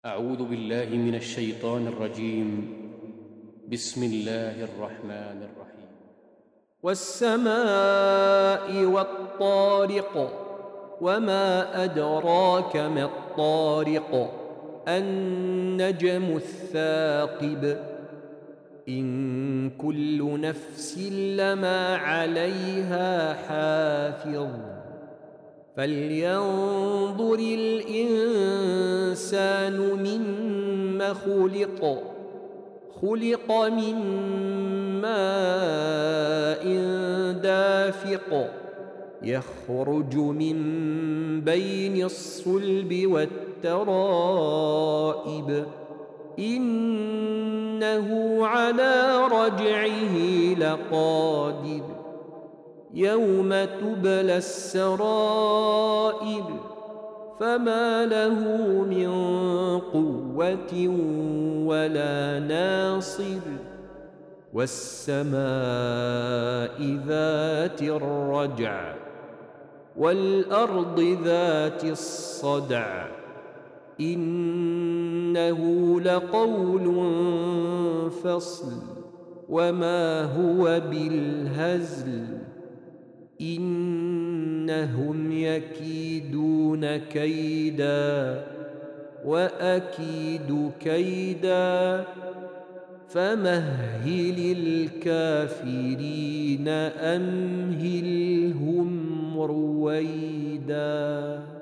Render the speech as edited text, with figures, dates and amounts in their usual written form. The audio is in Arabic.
أعوذ بالله من الشيطان الرجيم. بسم الله الرحمن الرحيم. والسماء والطارق وما أدراك ما الطارق النجم الثاقب إن كل نفس لما عليها حافظ فلينظر الإنسان مما خلق من ماء دافق يخرج من بين الصلب والترائب إنه على رجعه لقادر يوم تبلى السرائر فما له من قوة ولا ناصر والسماء ذات الرجع والأرض ذات الصدع إنه لقول فصل وما هو بالهزل إنهم يكيدون كيدا وأكيد كيدا فمهل الكافرين أمهلهم رويدا.